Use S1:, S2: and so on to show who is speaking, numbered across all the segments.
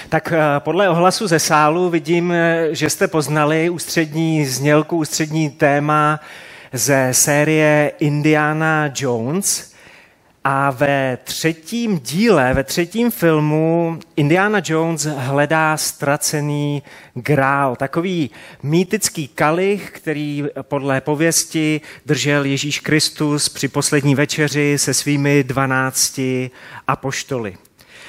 S1: Tak podle ohlasu ze sálu vidím, že jste poznali ústřední znělku, ústřední téma ze série Indiana Jones. A ve třetím díle, ve třetím filmu Indiana Jones hledá ztracený grál. Takový mýtický kalich, který podle pověsti držel Ježíš Kristus při poslední večeři se svými 12 apoštoly.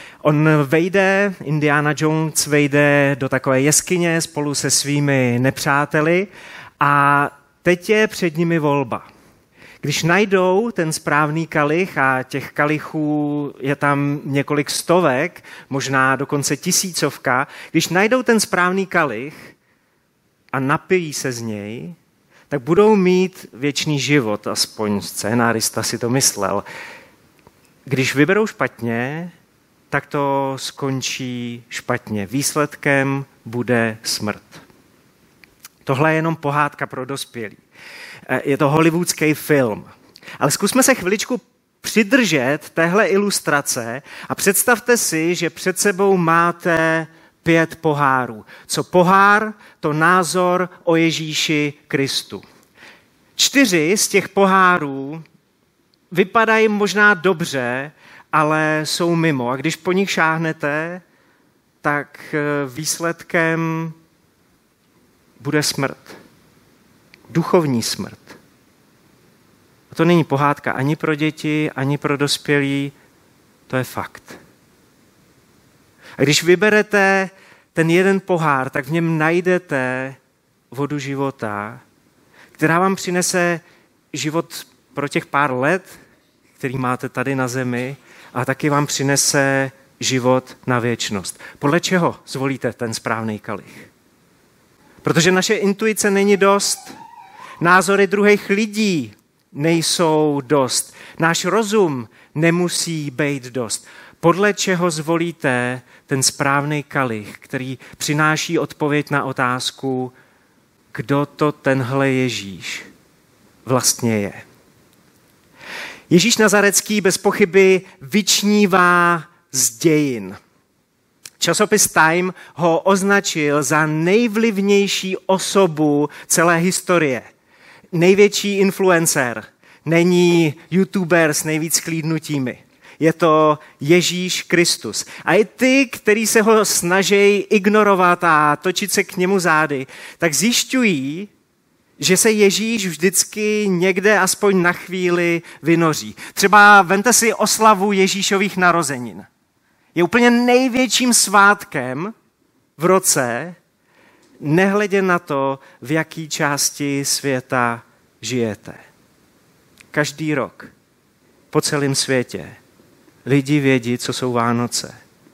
S1: Indiana Jones vejde do takové jeskyně spolu se svými nepřáteli a teď je před nimi volba. Když najdou ten správný kalich, a těch kalichů je tam několik stovek, možná dokonce tisícovka, když najdou ten správný kalich a napijí se z něj, tak budou mít věčný život, aspoň scénárista si to myslel. Když vyberou špatně, tak to skončí špatně. Výsledkem bude smrt. Tohle je jenom pohádka pro dospělí. Je to hollywoodský film. Ale zkusme se chviličku přidržet téhle ilustrace a představte si, že před sebou máte 5 pohárů. Co pohár, to názor o Ježíši Kristu. 4 z těch pohárů vypadají možná dobře, ale jsou mimo. A když po nich šáhnete, tak výsledkem bude smrt. Duchovní smrt. A to není pohádka ani pro děti, ani pro dospělí, to je fakt. A když vyberete ten jeden pohár, tak v něm najdete vodu života, která vám přinese život pro těch pár let, který máte tady na zemi, a taky vám přinese život na věčnost. Podle čeho zvolíte ten správný kalich? Protože naše intuice není dost, názory druhých lidí nejsou dost, náš rozum nemusí být dost. Podle čeho zvolíte ten správný kalich, který přináší odpověď na otázku, kdo to tenhle Ježíš vlastně je. Ježíš Nazarecký bez pochyby vyčnívá z dějin. Časopis Time ho označil za nejvlivnější osobu celé historie. Největší influencer, není youtuber s nejvíc chlídnutími. Je to Ježíš Kristus. A i ty, kteří se ho snaží ignorovat a točit se k němu zády, tak zjišťují, že se Ježíš vždycky někde aspoň na chvíli vynoří. Třeba vemte si oslavu Ježíšových narozenin. Je úplně největším svátkem v roce, nehledě na to, v jaký části světa žijete. Každý rok po celém světě lidi vědí, co jsou Vánoce.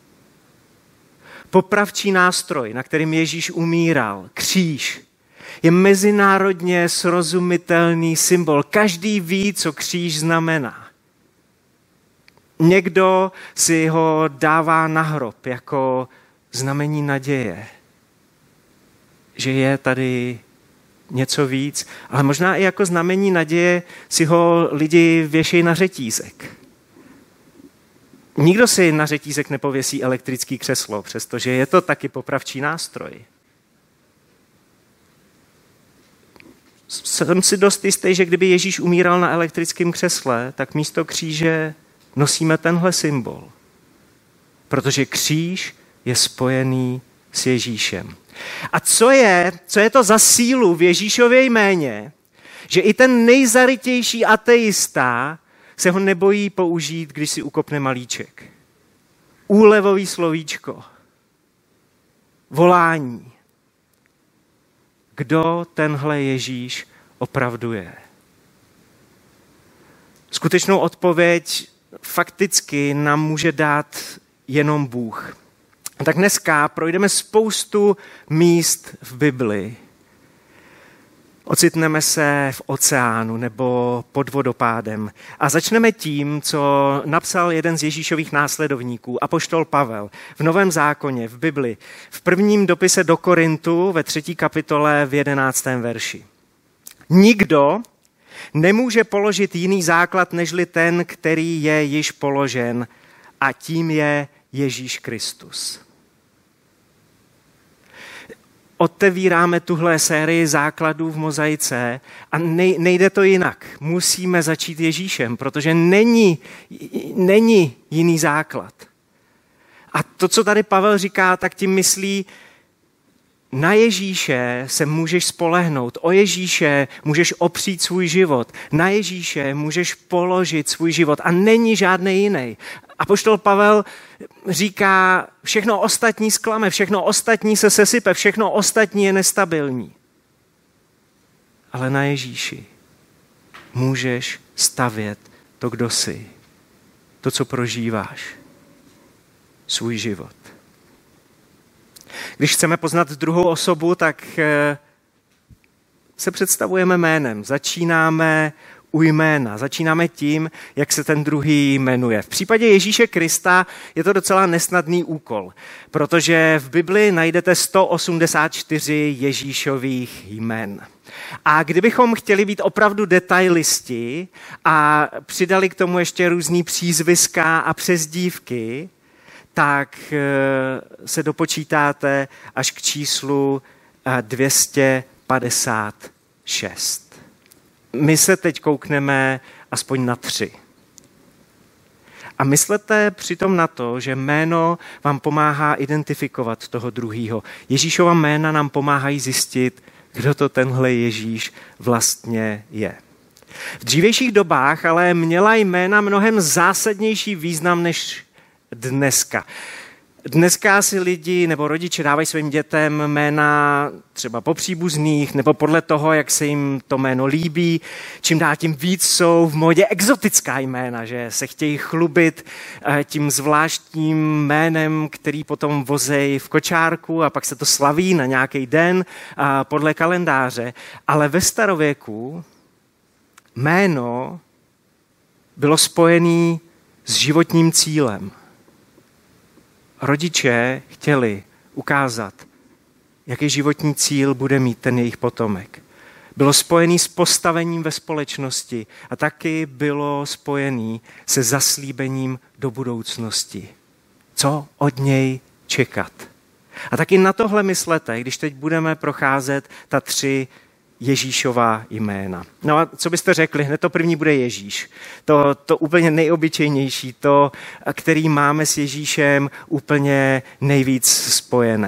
S1: Popravčí nástroj, na kterým Ježíš umíral, kříž, je mezinárodně srozumitelný symbol. Každý ví, co kříž znamená. Někdo si ho dává na hrob jako znamení naděje, že je tady něco víc, ale možná i jako znamení naděje si ho lidi věšejí na řetízek. Nikdo si na řetízek nepověsí elektrický křeslo, přestože je to taky popravčí nástroj. Jsem si dost jistý, že kdyby Ježíš umíral na elektrickém křesle, tak místo kříže nosíme tenhle symbol. Protože kříž je spojený s Ježíšem. A co je to za sílu v Ježíšově jméně, že i ten nejzarytější ateista se ho nebojí použít, když si ukopne malíček. Úlevový slovíčko. Volání. Kdo tenhle Ježíš opravdu je? Skutečnou odpověď fakticky nám může dát jenom Bůh. Tak dneska projdeme spoustu míst v Bibli. Ocitneme se v oceánu nebo pod vodopádem. A začneme tím, co napsal jeden z Ježíšových následovníků, apoštol Pavel, v Novém zákoně, v Bibli, v prvním dopise do Korintu ve 3. kapitole v 11. verši. Nikdo nemůže položit jiný základ, nežli ten, který je již položen, a tím je Ježíš Kristus. otevíráme tuhle sérii základů v mozaice a nejde to jinak. Musíme začít Ježíšem, protože není jiný základ. A to, co tady Pavel říká, tak tím myslí, na Ježíše se můžeš spolehnout, o Ježíše můžeš opřít svůj život, na Ježíše můžeš položit svůj život a není žádný jiný. Apoštol Pavel říká, všechno ostatní zklame, všechno ostatní se sesype, všechno ostatní je nestabilní. Ale na Ježíši můžeš stavět to, kdo jsi, to, co prožíváš, svůj život. Když chceme poznat druhou osobu, tak se představujeme jménem. Začínáme u jména. Začínáme tím, jak se ten druhý jmenuje. V případě Ježíše Krista je to docela nesnadný úkol, protože v Bibli najdete 184 Ježíšových jmen. A kdybychom chtěli být opravdu detailisti a přidali k tomu ještě různý přízviska a přezdívky, tak se dopočítáte až k číslu 256. My se teď koukneme aspoň na 3. A myslete přitom na to, že jméno vám pomáhá identifikovat toho druhýho. Ježíšova jména nám pomáhají zjistit, kdo to tenhle Ježíš vlastně je. V dřívějších dobách ale měla jména mnohem zásadnější význam než dneska. Dneska si lidi nebo rodiče dávají svým dětem jména třeba po příbuzných nebo podle toho, jak se jim to jméno líbí. Čím dál tím víc jsou v modě exotická jména, že se chtějí chlubit tím zvláštním jménem, který potom vozejí v kočárku a pak se to slaví na nějaký den podle kalendáře. Ale ve starověku jméno bylo spojené s životním cílem. Rodiče chtěli ukázat, jaký životní cíl bude mít ten jejich potomek. Bylo spojený s postavením ve společnosti a taky bylo spojený se zaslíbením do budoucnosti. Co od něj čekat? A taky na tohle myslete, když teď budeme procházet ta 3 Ježíšova jména. No a co byste řekli? Hned to první bude Ježíš. To úplně nejobyčejnější, to, který máme s Ježíšem úplně nejvíc spojené.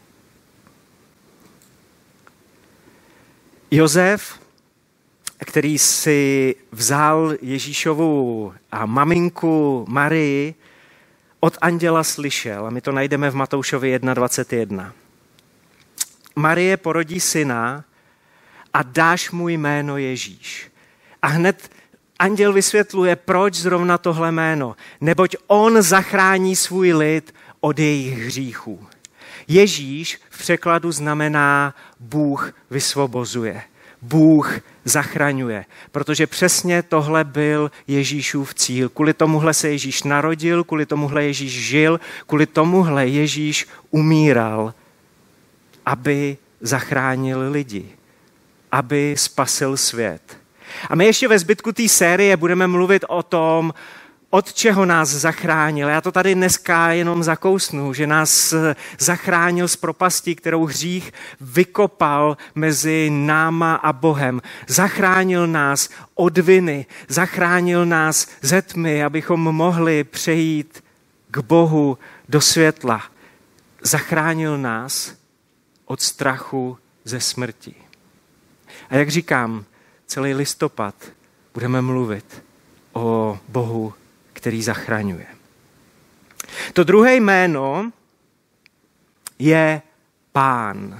S1: Josef, který si vzal Ježíšovu a maminku Marii, od anděla slyšel, a my to najdeme v Matoušovi 1.21. Marie porodí syna a dáš mu jméno Ježíš. A hned anděl vysvětluje, proč zrovna tohle jméno. Neboť on zachrání svůj lid od jejich hříchů. Ježíš v překladu znamená Bůh vysvobozuje. Bůh zachraňuje. Protože přesně tohle byl Ježíšův cíl. Kvůli tomuhle se Ježíš narodil, kvůli tomuhle Ježíš žil, kvůli tomuhle Ježíš umíral, aby zachránil lidi, aby spasil svět. A my ještě ve zbytku té série budeme mluvit o tom, od čeho nás zachránil. Já to tady dneska jenom zakousnu, že nás zachránil z propasti, kterou hřích vykopal mezi náma a Bohem. Zachránil nás od viny, zachránil nás ze tmy, abychom mohli přejít k Bohu do světla. Zachránil nás od strachu ze smrti. A jak říkám, celý listopad budeme mluvit o Bohu, který zachraňuje. To druhé jméno je Pán.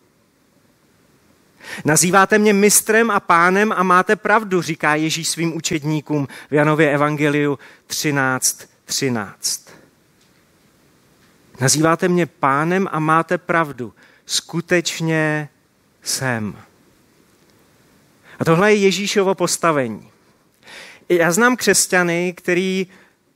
S1: Nazýváte mě mistrem a pánem a máte pravdu, říká Ježíš svým učedníkům v Janově evangeliu 13:13. Nazýváte mě pánem a máte pravdu. Skutečně jsem. A tohle je Ježíšovo postavení. Já znám křesťany, který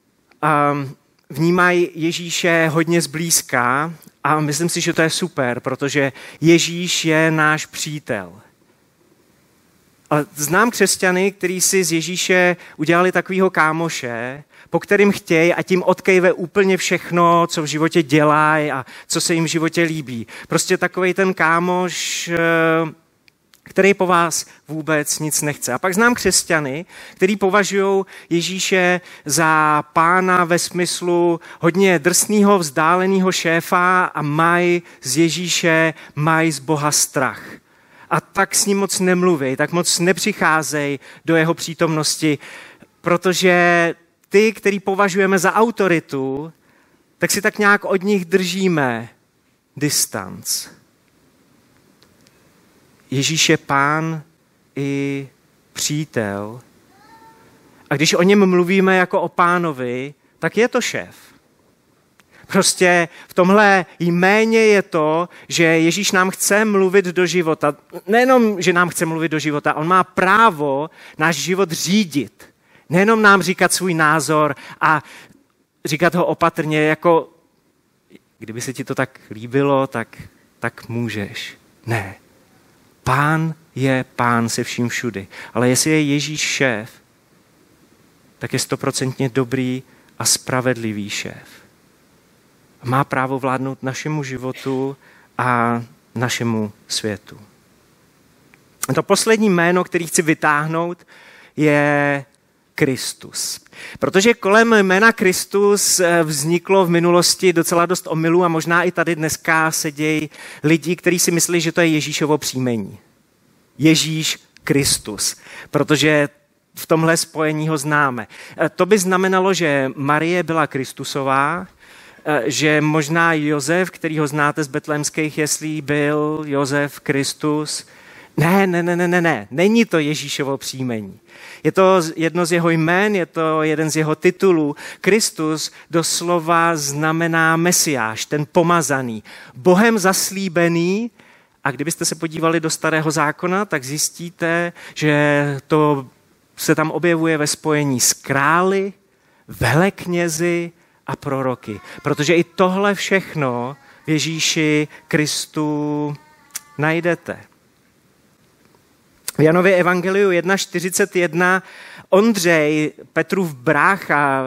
S1: vnímají Ježíše hodně zblízka a myslím si, že to je super, protože Ježíš je náš přítel. Ale znám křesťany, kteří si z Ježíše udělali takového kámoše, po kterým chtějí a tím odkejve úplně všechno, co v životě dělají a co se jim v životě líbí. Prostě takovej ten kámoš, který po vás vůbec nic nechce. A pak znám křesťany, kteří považují Ježíše za pána ve smyslu hodně drsného, vzdáleného šéfa a mají z Ježíše, mají z Boha strach. A tak s ním moc nemluví, tak moc nepřicházejí do jeho přítomnosti, protože ty, který považujeme za autoritu, tak si tak nějak od nich držíme distanc. Ježíš je pán i přítel. A když o něm mluvíme jako o pánovi, tak je to šéf. Prostě v tomhle jméně je to, že Ježíš nám chce mluvit do života. Nejenom, že nám chce mluvit do života, on má právo náš život řídit. Nejenom nám říkat svůj názor a říkat ho opatrně, jako kdyby se ti to tak líbilo, tak můžeš. Ne. Pán je pán se vším všudy. Ale jestli je Ježíš šéf, tak je 100% dobrý a spravedlivý šéf. Má právo vládnout našemu životu a našemu světu. To poslední jméno, který chci vytáhnout, je Kristus. Protože kolem jména Kristus vzniklo v minulosti docela dost omylů a možná i tady dneska sedějí lidi, kteří si myslí, že to je Ježíšovo příjmení. Ježíš Kristus. Protože v tomhle spojení ho známe. To by znamenalo, že Marie byla Kristusová, že možná Josef, který ho znáte z betlémských jeslí, byl Josef Kristus. Ne, není to Ježíšovo příjmení. Je to jedno z jeho jmén, je to jeden z jeho titulů. Kristus doslova znamená Mesiáš, ten pomazaný, Bohem zaslíbený. A kdybyste se podívali do Starého zákona, tak zjistíte, že to se tam objevuje ve spojení s králi, veleknězi a proroky. Protože i tohle všechno v Ježíši Kristu najdete. V Janově evangeliu 1.41 Ondřej, Petrův brácha,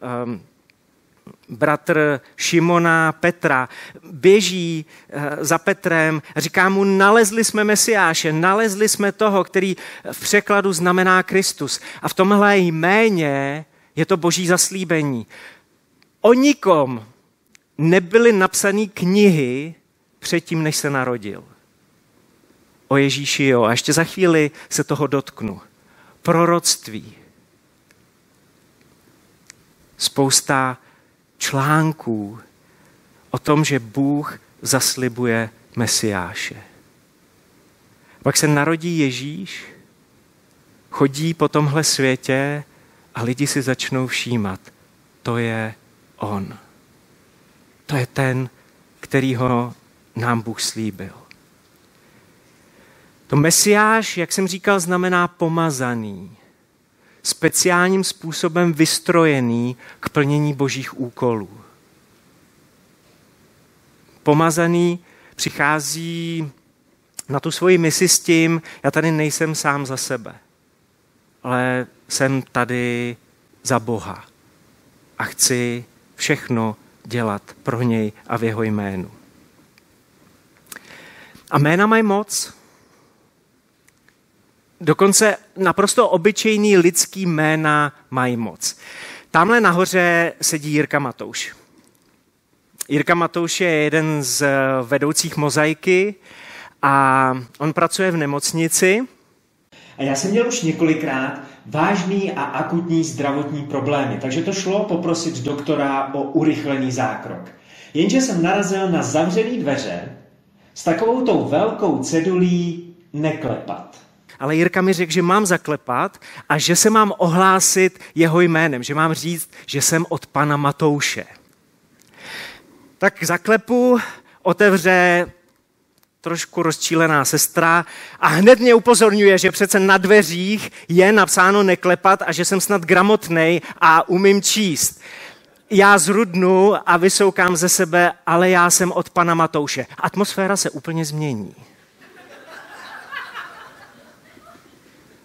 S1: bratr Šimona Petra, běží za Petrem a říká mu, nalezli jsme Mesiáše, nalezli jsme toho, který v překladu znamená Kristus. A v tomhle jméně je to boží zaslíbení. O nikom nebyly napsané knihy předtím, než se narodil. O Ježíši jo. A ještě za chvíli se toho dotknu. Proroctví. Spousta článků o tom, že Bůh zaslibuje Mesiáše. Pak se narodí Ježíš, chodí po tomhle světě a lidi si začnou všímat. To je on. To je ten, kterýho nám Bůh slíbil. To Mesiáš, jak jsem říkal, znamená pomazaný. Speciálním způsobem vystrojený k plnění božích úkolů. Pomazaný přichází na tu svoji misi s tím, já tady nejsem sám za sebe, ale jsem tady za Boha a chci všechno dělat pro něj a v jeho jménu. A jména mají moc. Dokonce naprosto obyčejný lidský jména mají moc. Tamhle nahoře sedí Jirka Matouš. Jirka Matouš je jeden z vedoucích Mozaiky a on pracuje v nemocnici.
S2: A já jsem měl už několikrát vážný a akutní zdravotní problémy, takže to šlo poprosit doktora o urychlený zákrok. Jenže jsem narazil na zavřené dveře s takovou tou velkou cedulí neklepat.
S1: Ale Jirka mi řekl, že mám zaklepat a že se mám ohlásit jeho jménem, že mám říct, že jsem od pana Matouše. Tak zaklepu, otevře trošku rozčílená sestra a hned mě upozorňuje, že přece na dveřích je napsáno neklepat a že jsem snad gramotnej a umím číst. Já zrudnu a vysoukám ze sebe, ale já jsem od pana Matouše. Atmosféra se úplně změní.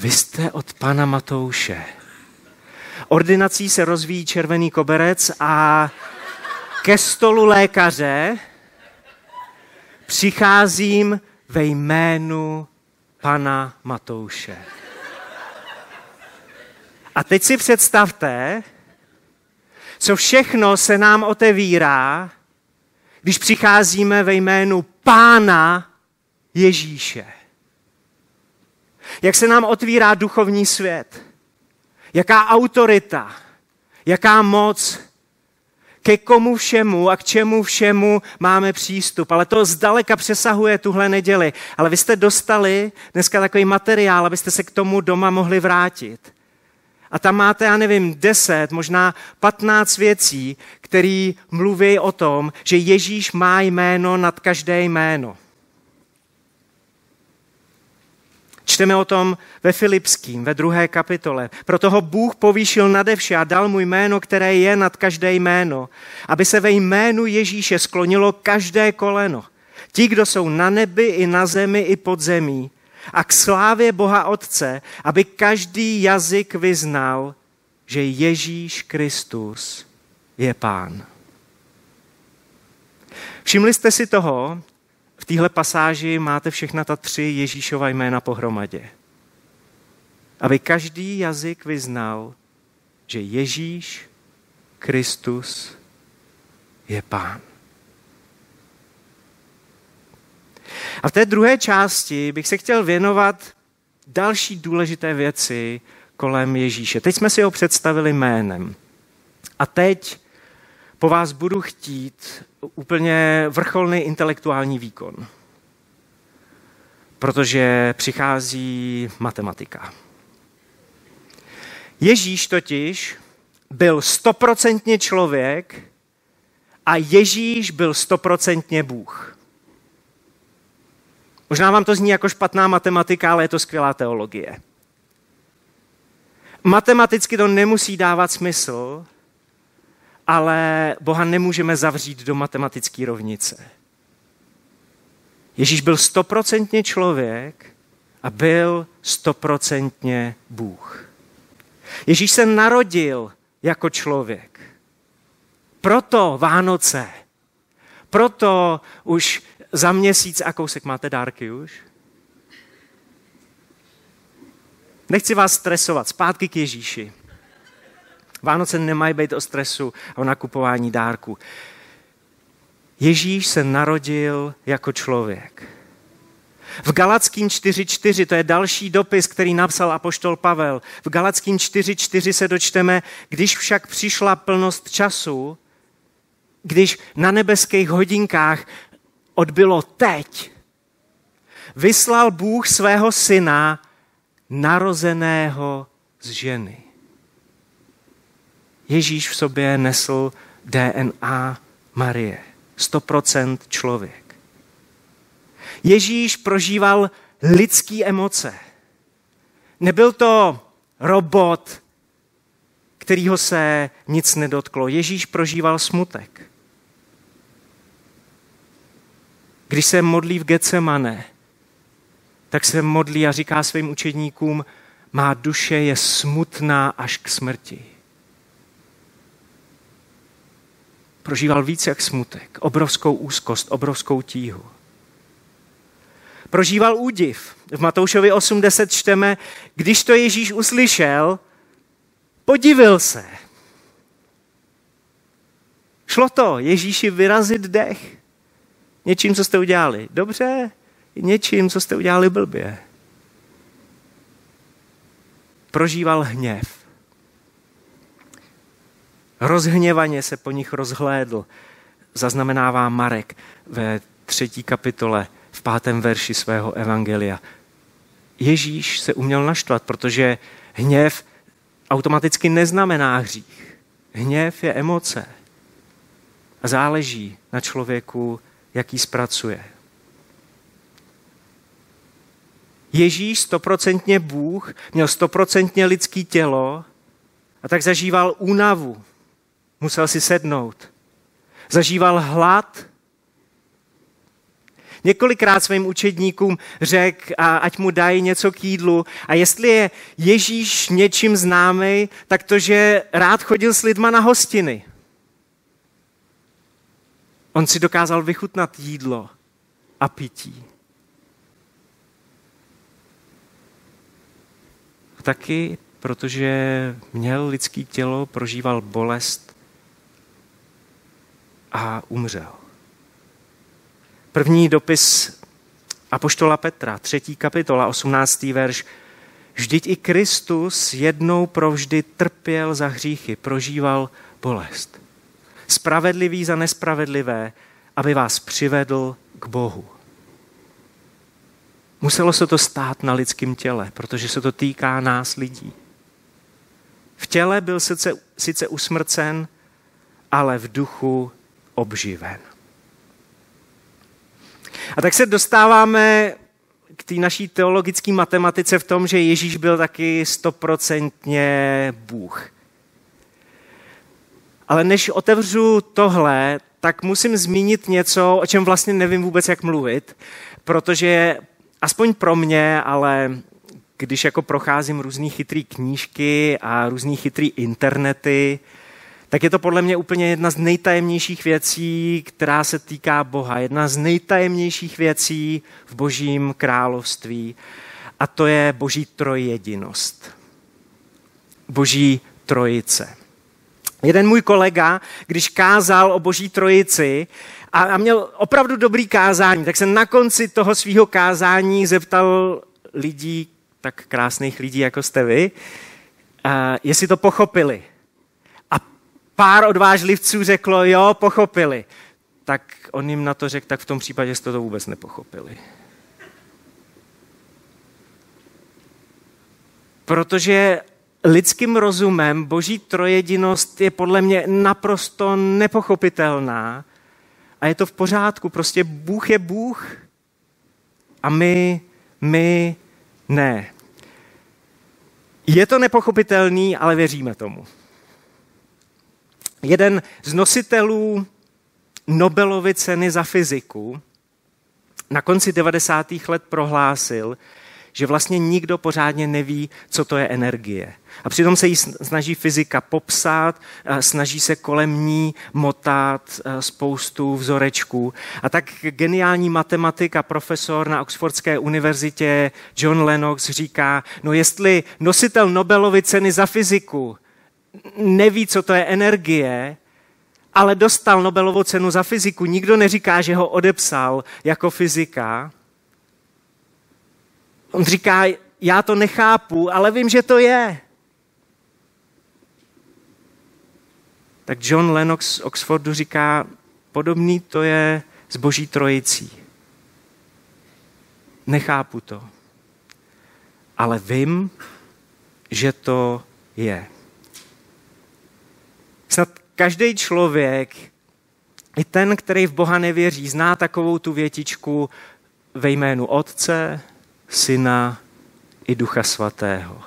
S1: Vy jste od pana Matouše. Ordinací se rozvíjí červený koberec a ke stolu lékaře přicházím ve jménu pana Matouše. A teď si představte, co všechno se nám otevírá, když přicházíme ve jménu Pána Ježíše. Jak se nám otvírá duchovní svět. Jaká autorita, jaká moc, ke komu všemu a k čemu všemu máme přístup. Ale to zdaleka přesahuje tuhle neděli. Ale vy jste dostali dneska takový materiál, abyste se k tomu doma mohli vrátit. A tam máte, já nevím, 10, možná 15 věcí, které mluví o tom, že Ježíš má jméno nad každé jméno. Čteme o tom ve Filipským, ve 2. kapitole. Proto ho Bůh povýšil nade vše a dal mu jméno, které je nad každé jméno, aby se ve jménu Ježíše sklonilo každé koleno. Ti, kdo jsou na nebi i na zemi i pod zemí, a k slávě Boha Otce, aby každý jazyk vyznal, že Ježíš Kristus je Pán. Všimli jste si toho? V téhle pasáži máte všechna ta 3 Ježíšova jména pohromadě. Aby každý jazyk vyznal, že Ježíš Kristus je Pán. A v té druhé části bych se chtěl věnovat další důležité věci kolem Ježíše. Teď jsme si ho představili jménem. A teď po vás budu chtít úplně vrcholný intelektuální výkon. Protože přichází matematika. Ježíš totiž byl 100% člověk a Ježíš byl 100% Bůh. Možná vám to zní jako špatná matematika, ale je to skvělá teologie. Matematicky to nemusí dávat smysl, ale Boha nemůžeme zavřít do matematické rovnice. Ježíš byl 100% člověk a byl 100% Bůh. Ježíš se narodil jako člověk. Proto Vánoce, proto už za měsíc a kousek máte dárky už? Nechci vás stresovat, zpátky k Ježíši. Vánoce nemají být o stresu a o nakupování dárků. Ježíš se narodil jako člověk. V Galackým 4.4, to je další dopis, který napsal apoštol Pavel. V Galackým 4.4 se dočteme, když však přišla plnost času, když na nebeských hodinkách odbylo teď, vyslal Bůh svého syna, narozeného z ženy. Ježíš v sobě nesl DNA Marie, 100% člověk. Ježíš prožíval lidský emoce. Nebyl to robot, kterýho se nic nedotklo. Ježíš prožíval smutek. Když se modlí v Getsemane, tak se modlí a říká svým učedníkům, má duše je smutná až k smrti. Prožíval víc jak smutek, obrovskou úzkost, obrovskou tíhu. Prožíval údiv. V Matoušovi 8.10 čteme, když to Ježíš uslyšel, podivil se. Šlo to Ježíši vyrazit dech. Něčím, co jste udělali dobře, něčím, co jste udělali blbě. Prožíval hněv. Rozhněvaně se po nich rozhlédl, zaznamenává Marek ve 3. kapitole v 5. verši svého evangelia. Ježíš se uměl naštvat, protože hněv automaticky neznamená hřích. Hněv je emoce a záleží na člověku, jaký zpracuje. Ježíš 100% Bůh, měl 100% lidský tělo a tak zažíval únavu. Musel si sednout. Zažíval hlad. Několikrát svým učedníkům řekl, ať mu dají něco k jídlu. A jestli je Ježíš něčím známý, tak to, že rád chodil s lidma na hostiny. On si dokázal vychutnat jídlo a pití. Taky, protože měl lidské tělo, prožíval bolest a umřel. První dopis apoštola Petra, 3. kapitola, 18. verš. Vždyť i Kristus jednou provždy trpěl za hříchy, prožíval bolest. Spravedlivý za nespravedlivé, aby vás přivedl k Bohu. Muselo se to stát na lidském těle, protože se to týká nás lidí. V těle byl sice usmrcen, ale v duchu obživen. A tak se dostáváme k té naší teologické matematice v tom, že Ježíš byl taky 100% Bůh. Ale než otevřu tohle, tak musím zmínit něco, o čem vlastně nevím vůbec, jak mluvit, protože aspoň pro mě, ale když jako procházím různý chytrý knížky a různý chytrý internety, tak je to podle mě úplně jedna z nejtajemnějších věcí, která se týká Boha. Jedna z nejtajemnějších věcí v Božím království. A to je Boží trojjedinost. Boží trojice. Jeden můj kolega, když kázal o Boží trojici a měl opravdu dobrý kázání, tak se na konci toho svého kázání zeptal lidí, tak krásných lidí, jako jste vy, jestli to pochopili. A pár odvážlivců řeklo, jo, pochopili. Tak on jim na to řekl, tak v tom případě jste to vůbec nepochopili. Protože lidským rozumem Boží trojjedinost je podle mě naprosto nepochopitelná a je to v pořádku. Prostě Bůh je Bůh a my ne. Je to nepochopitelný, ale věříme tomu. Jeden z nositelů Nobelovy ceny za fyziku na konci 90. let prohlásil, že vlastně nikdo pořádně neví, co to je energie. A přitom se jí snaží fyzika popsat, snaží se kolem ní motat spoustu vzorečků. A tak geniální matematik a profesor na Oxfordské univerzitě John Lennox říká, no jestli nositel Nobelovy ceny za fyziku neví, co to je energie, ale dostal Nobelovu cenu za fyziku, nikdo neříká, že ho odepsal jako fyzika. On říká, já to nechápu, ale vím, že to je. Tak John Lennox z Oxfordu říká, podobný to je s Boží trojicí. Nechápu to, ale vím, že to je. Snad každý člověk, i ten, který v Boha nevěří, zná takovou tu větičku ve jménu Otce, Syna i Ducha Svatého.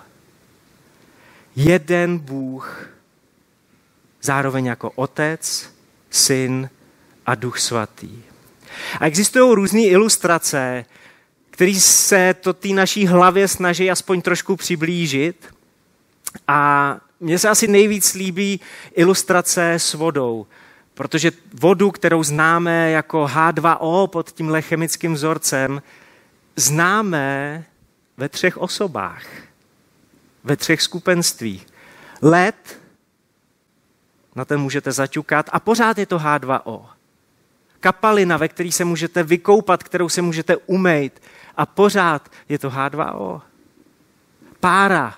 S1: Jeden Bůh, zároveň jako Otec, Syn a Duch Svatý. A existují různé ilustrace, které se to té naší hlavě snaží aspoň trošku přiblížit. A mně se asi nejvíc líbí ilustrace s vodou, protože vodu, kterou známe jako H2O pod tímhle chemickým vzorcem, známe ve 3 osobách, ve 3 skupenstvích. Led, na ten můžete zaťukat a pořád je to H2O. Kapalina, ve který se můžete vykoupat, kterou se můžete umýt a pořád je to H2O. Pára,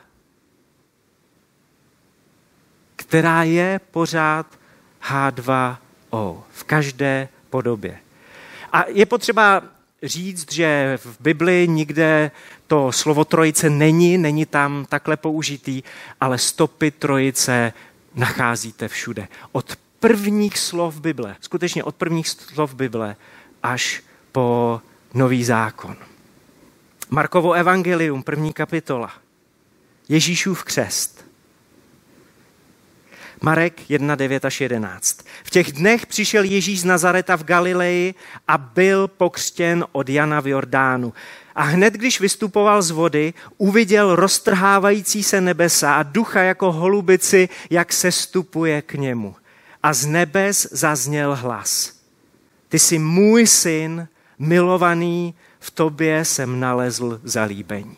S1: která je pořád H2O v každé podobě. A je potřeba říct, že v Bibli nikde to slovo trojice není tam takhle použitý, ale stopy trojice nacházíte všude. Od prvních slov Bible, skutečně od prvních slov Bible až po Nový zákon. Markovo evangelium, 1. kapitola. Ježíšův křest. Marek 1, 9 až 11. V těch dnech přišel Ježíš z Nazareta v Galileji a byl pokřtěn od Jana v Jordánu. A hned, když vystupoval z vody, uviděl roztrhávající se nebesa a ducha jako holubici, jak sestupuje k němu. A z nebes zazněl hlas. Ty jsi můj syn, milovaný, v tobě jsem nalezl zalíbení.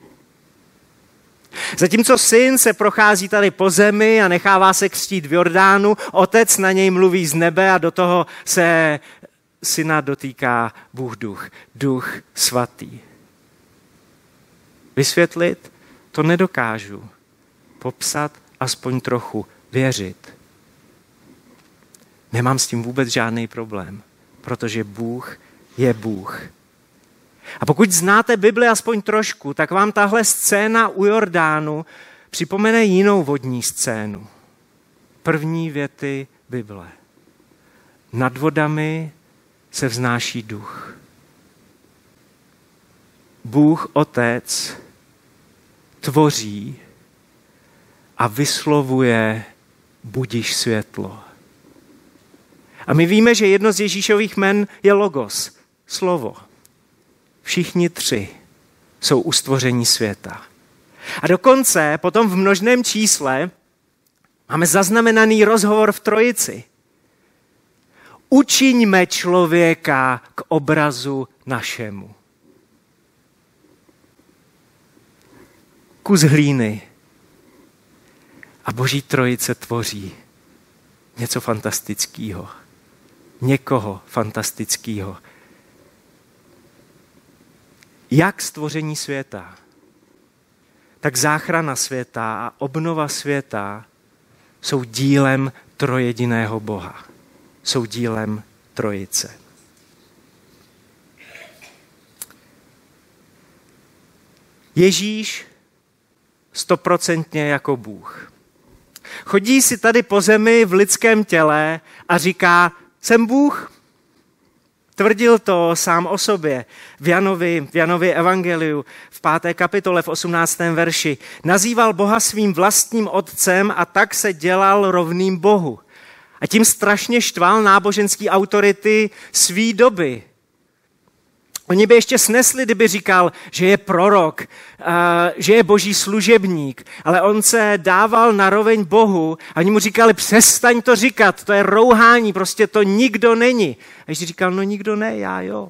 S1: Zatímco syn se prochází tady po zemi a nechává se křtít v Jordánu, otec na něj mluví z nebe a do toho se syna dotýká Bůh duch, duch svatý. Vysvětlit to nedokážu. Popsat aspoň trochu, věřit. Nemám s tím vůbec žádný problém, protože Bůh je Bůh. A pokud znáte Bibli aspoň trošku, tak vám tahle scéna u Jordánu připomene jinou vodní scénu. První věty Bible. Nad vodami se vznáší duch. Bůh Otec tvoří a vyslovuje budiš světlo. A my víme, že jedno z Ježíšových jmen je Logos, slovo. Všichni tři jsou u stvoření světa. A dokonce potom v množném čísle máme zaznamenaný rozhovor v Trojici. Učiňme člověka k obrazu našemu. Kus hlíny. A Boží Trojice tvoří něco fantastického. Někoho fantastického. Jak stvoření světa, tak záchrana světa a obnova světa jsou dílem trojediného Boha. Jsou dílem Trojice. Ježíš 100% jako Bůh. Chodí si tady po zemi v lidském těle a říká, jsem Bůh. Tvrdil to sám o sobě v Janově evangeliu v 5. kapitole v 18. verši. Nazýval Boha svým vlastním otcem a tak se dělal rovným Bohu. A tím strašně štval náboženský autority své doby. Oni by ještě snesli, kdyby říkal, že je prorok, že je boží služebník, ale on se dával naroveň Bohu a oni mu říkali, přestaň to říkat, to je rouhání, prostě to nikdo není. A Ježíš říkal, no nikdo ne, já jo.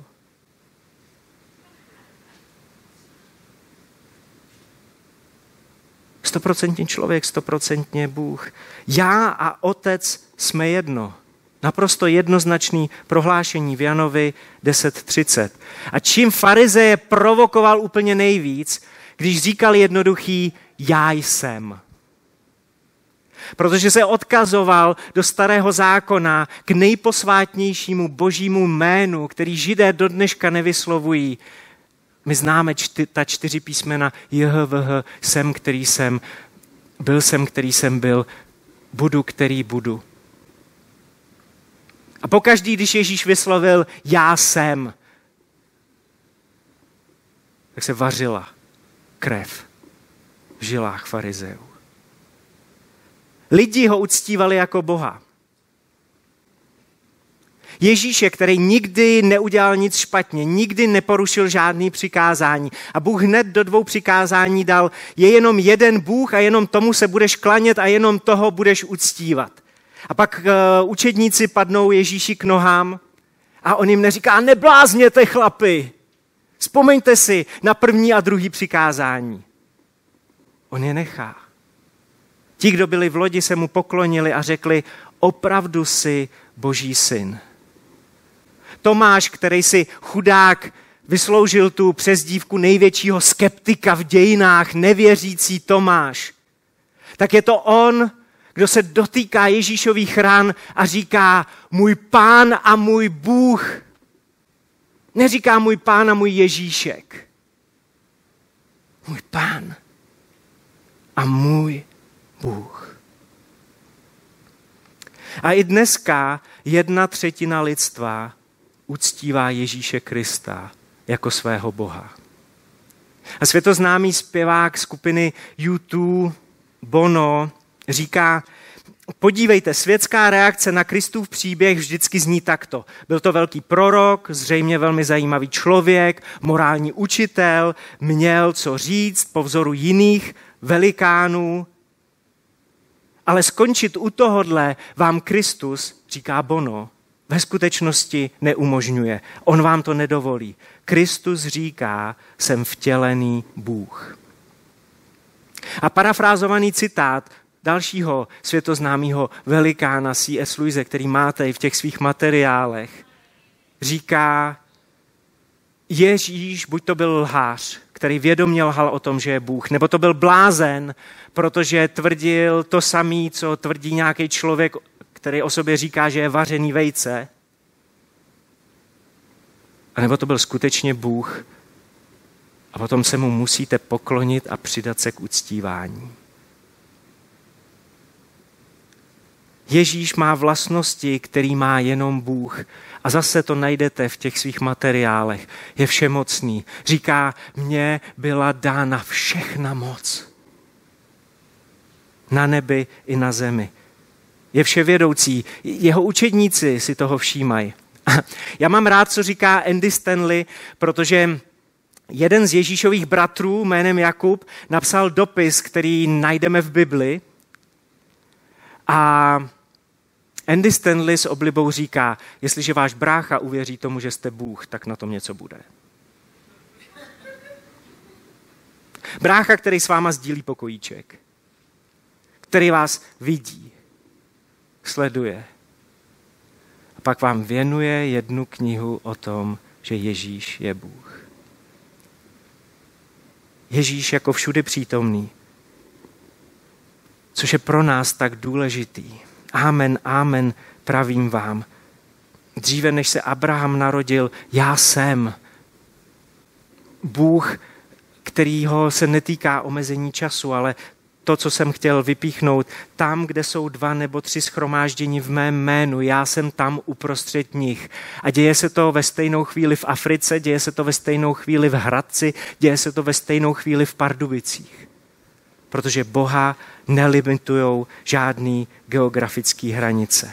S1: Stoprocentní člověk, 100% Bůh. Já a Otec jsme jedno. Naprosto jednoznačný prohlášení v Janovi 10.30. A čím farizeje provokoval úplně nejvíc, když říkal jednoduchý já jsem. Protože se odkazoval do Starého zákona k nejposvátnějšímu božímu jménu, který Židé do dneška nevyslovují. My známe ta 4 písmena JHVH, jsem, který jsem byl, budu, který budu. A pokaždý, když Ježíš vyslovil já jsem, tak se vařila krev v žilách farizeů. Lidi ho uctívali jako Boha. Ježíše, který nikdy neudělal nic špatně, nikdy neporušil žádný přikázání. A Bůh hned do 2 přikázání dal, je jenom jeden Bůh a jenom tomu se budeš klanět a jenom toho budeš uctívat. A pak učedníci padnou Ježíši k nohám a on jim neříká, neblázněte chlapi, vzpomeňte si na 1. a 2. přikázání. On je nechá. Ti, kdo byli v lodi, se mu poklonili a řekli, opravdu jsi Boží syn. Tomáš, který si chudák vysloužil tu přezdívku největšího skeptika v dějinách, nevěřící Tomáš, tak je to on, kdo se dotýká Ježíšových ran a říká můj Pán a můj Bůh. Neříká můj Pán a můj Ježíšek. Můj Pán a můj Bůh. A i dneska 1/3 lidstva uctívá Ježíše Krista jako svého Boha. A světoznámý zpěvák skupiny U2 Bono říká, podívejte, světská reakce na Kristův příběh vždycky zní takto. Byl to velký prorok, zřejmě velmi zajímavý člověk, morální učitel, měl co říct po vzoru jiných velikánů. Ale skončit u tohodle vám Kristus, říká Bono, ve skutečnosti neumožňuje. On vám to nedovolí. Kristus říká, jsem vtělený Bůh. A parafrázovaný citát dalšího světoznámého velikána C.S. Lewise, který máte i v těch svých materiálech, říká, Ježíš, buď to byl lhář, který vědomě lhal o tom, že je Bůh, nebo to byl blázen, protože tvrdil to samé, co tvrdí nějaký člověk, který o sobě říká, že je vařený vejce, a nebo to byl skutečně Bůh a potom se mu musíte poklonit a přidat se k uctívání. Ježíš má vlastnosti, který má jenom Bůh. A zase to najdete v těch svých materiálech. Je všemocný. Říká, mně byla dána všechna moc. Na nebi i na zemi. Je vševědoucí. Jeho učedníci si toho všímají. Já mám rád, co říká Andy Stanley, protože jeden z Ježíšových bratrů jménem Jakub napsal dopis, který najdeme v Bibli. A Andy Stanley s oblibou říká, jestliže váš brácha uvěří tomu, že jste Bůh, tak na tom něco bude. Brácha, který s váma sdílí pokojíček, který vás vidí, sleduje. A pak vám věnuje jednu knihu o tom, že Ježíš je Bůh. Ježíš jako všudy přítomný, což je pro nás tak důležitý. Amen, amen, pravím vám. Dříve, než se Abraham narodil, já jsem. Bůh, kterýho se netýká omezení času, ale to, co jsem chtěl vypíchnout, tam, kde jsou 2 nebo 3 shromáždění v mém jménu, já jsem tam uprostřed nich. A děje se to ve stejnou chvíli v Africe, děje se to ve stejnou chvíli v Hradci, děje se to ve stejnou chvíli v Pardubicích. Protože Boha nelimitujou žádný geografický hranice.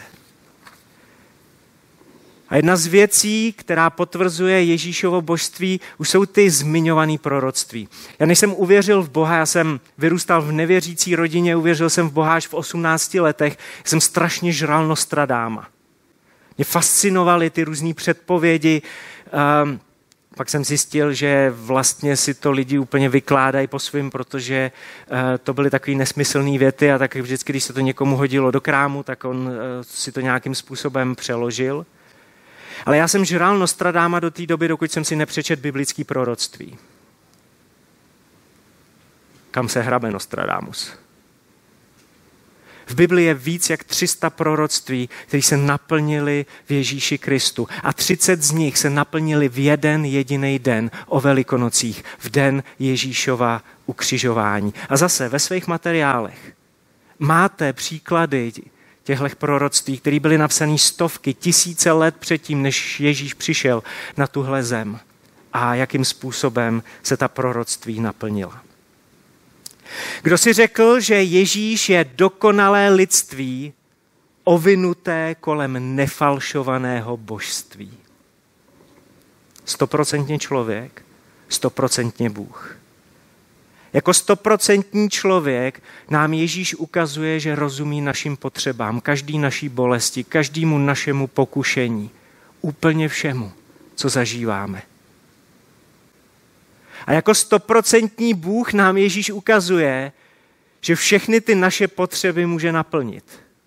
S1: A jedna z věcí, která potvrzuje Ježíšovo božství, už jsou ty zmiňované proroctví. Já než jsem uvěřil v Boha, já jsem vyrůstal v nevěřící rodině, uvěřil jsem v Boha až v 18 letech, jsem strašně žral Nostradáma. Mě fascinovaly ty různý předpovědi. Pak jsem zjistil, že vlastně si to lidi úplně vykládají po svým, protože to byly takové nesmyslné věty a tak vždycky, když se to někomu hodilo do krámu, tak on si to nějakým způsobem přeložil. Ale já jsem žral Nostradáma do té doby, dokud jsem si nepřečet biblické proroctví. Kam se hrabe Nostradamus? V Biblii je víc jak 300 proroctví, které se naplnily v Ježíši Kristu. A 30 z nich se naplnily v jeden jediný den o Velikonocích, v den Ježíšova ukřižování. A zase ve svých materiálech máte příklady těchto proroctví, které byly napsané stovky, tisíce let předtím, než Ježíš přišel na tuhle zem. A jakým způsobem se ta proroctví naplnila. Kdo si řekl, že Ježíš je dokonalé lidství, ovinuté kolem nefalšovaného božství? 100% člověk, 100% Bůh. Jako 100% člověk nám Ježíš ukazuje, že rozumí našim potřebám, každý naší bolesti, každému našemu pokušení, úplně všemu, co zažíváme. A jako 100% Bůh nám Ježíš ukazuje, že všechny ty naše potřeby může naplnit.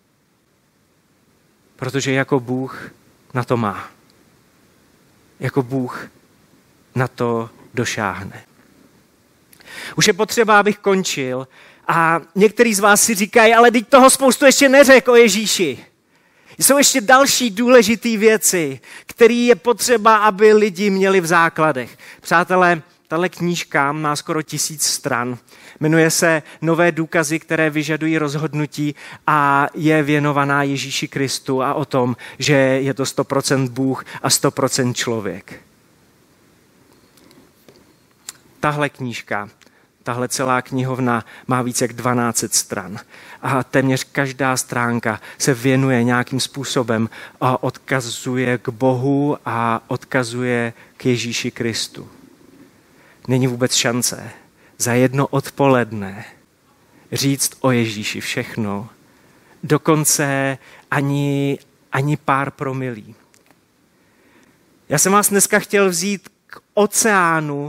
S1: Protože jako Bůh na to má. Jako Bůh na to došáhne. Už je potřeba, abych končil. A některý z vás si říkají, ale teď toho spoustu ještě neřekl o Ježíši. Jsou ještě další důležité věci, které je potřeba, aby lidi měli v základech. Přátelé, tahle knížka má skoro 1000 stran. Jmenuje se Nové důkazy, které vyžadují rozhodnutí a je věnovaná Ježíši Kristu a o tom, že je to 100% Bůh a 100% člověk. Tahle knížka, tahle celá knihovna má více jak 12 stran. A téměř každá stránka se věnuje nějakým způsobem a odkazuje k Bohu a odkazuje k Ježíši Kristu. Není vůbec šance za jedno odpoledne říct o Ježíši všechno. Dokonce ani pár promilí. Já jsem vás dneska chtěl vzít k oceánu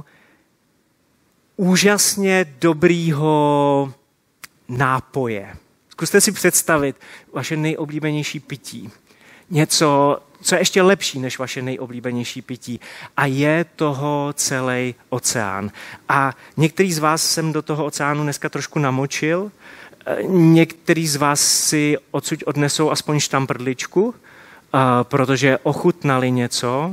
S1: úžasně dobrýho nápoje. Zkuste si představit vaše nejoblíbenější pití. Něco, co je ještě lepší než vaše nejoblíbenější pití. A je toho celý oceán. A některý z vás jsem do toho oceánu dneska trošku namočil. Některý z vás si odsud odnesou aspoň štamprličku, protože ochutnali něco.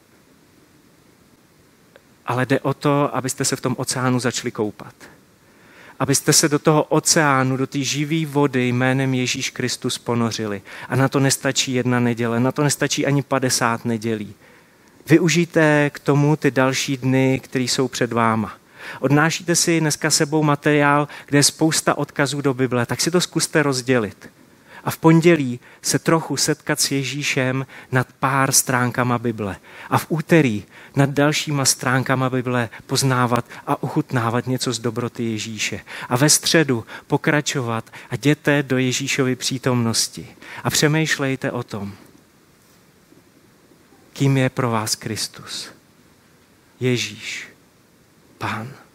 S1: Ale jde o to, abyste se v tom oceánu začali koupat. Abyste se do toho oceánu, do té živé vody jménem Ježíš Kristus ponořili. A na to nestačí 1 neděle, na to nestačí ani 50 nedělí. Využijte k tomu ty další dny, které jsou před váma. Odnášíte si dneska sebou materiál, kde je spousta odkazů do Bible, tak si to zkuste rozdělit. A v pondělí se trochu setkat s Ježíšem nad pár stránkama Bible. A v úterý nad dalšíma stránkama Bible poznávat a ochutnávat něco z dobroty Ježíše. A ve středu pokračovat a jděte do Ježíšovy přítomnosti. A přemýšlejte o tom, kým je pro vás Kristus. Ježíš, Pán.